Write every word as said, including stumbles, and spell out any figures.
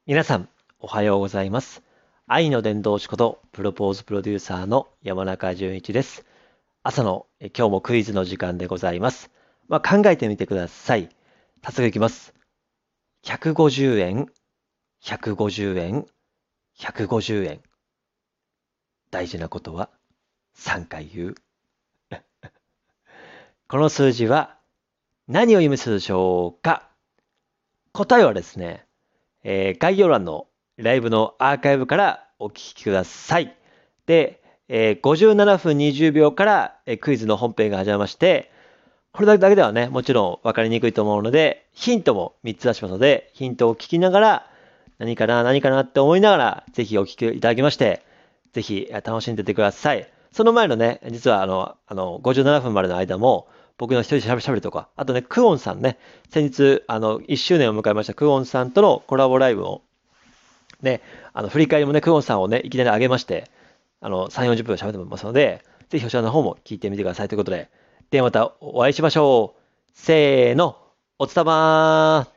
皆さん、おはようございます。愛の伝道師ことプロポーズプロデューサーの山中淳一です。朝のえ今日もクイズの時間でございます。まあ、考えてみてください。早速いきます。ひゃくごじゅうえん、ひゃくごじゅうえん、ひゃくごじゅうえん。大事なことはさんかい言う。この数字は何を意味するでしょうか？答えはですね、えー概要欄のライブのアーカイブからお聞きください。で、えーごじゅうななふんにじゅうびょうから、えークイズの本編が始まりまして、これだけではね、もちろん分かりにくいと思うので、ヒントもみっつ出しますので、ヒントを聞きながら、何かな、何かなって思いながら、ぜひお聞きいただきまして、ぜひえー楽しんでってください。その前のね、実はあの、あの、ごじゅうななふんまでの間も、僕の一人で喋るとか、あとね、クオンさんね、先日、あの、いっしゅうねんを迎えましたクオンさんとのコラボライブをね、あの、振り返りもね、クオンさんをね、いきなり上げまして、あの、さんじゅうよんじゅっぷん喋ってますので、ぜひそちらの方も聞いてみてくださいということで、ではまたお会いしましょう。せーの、おつたまー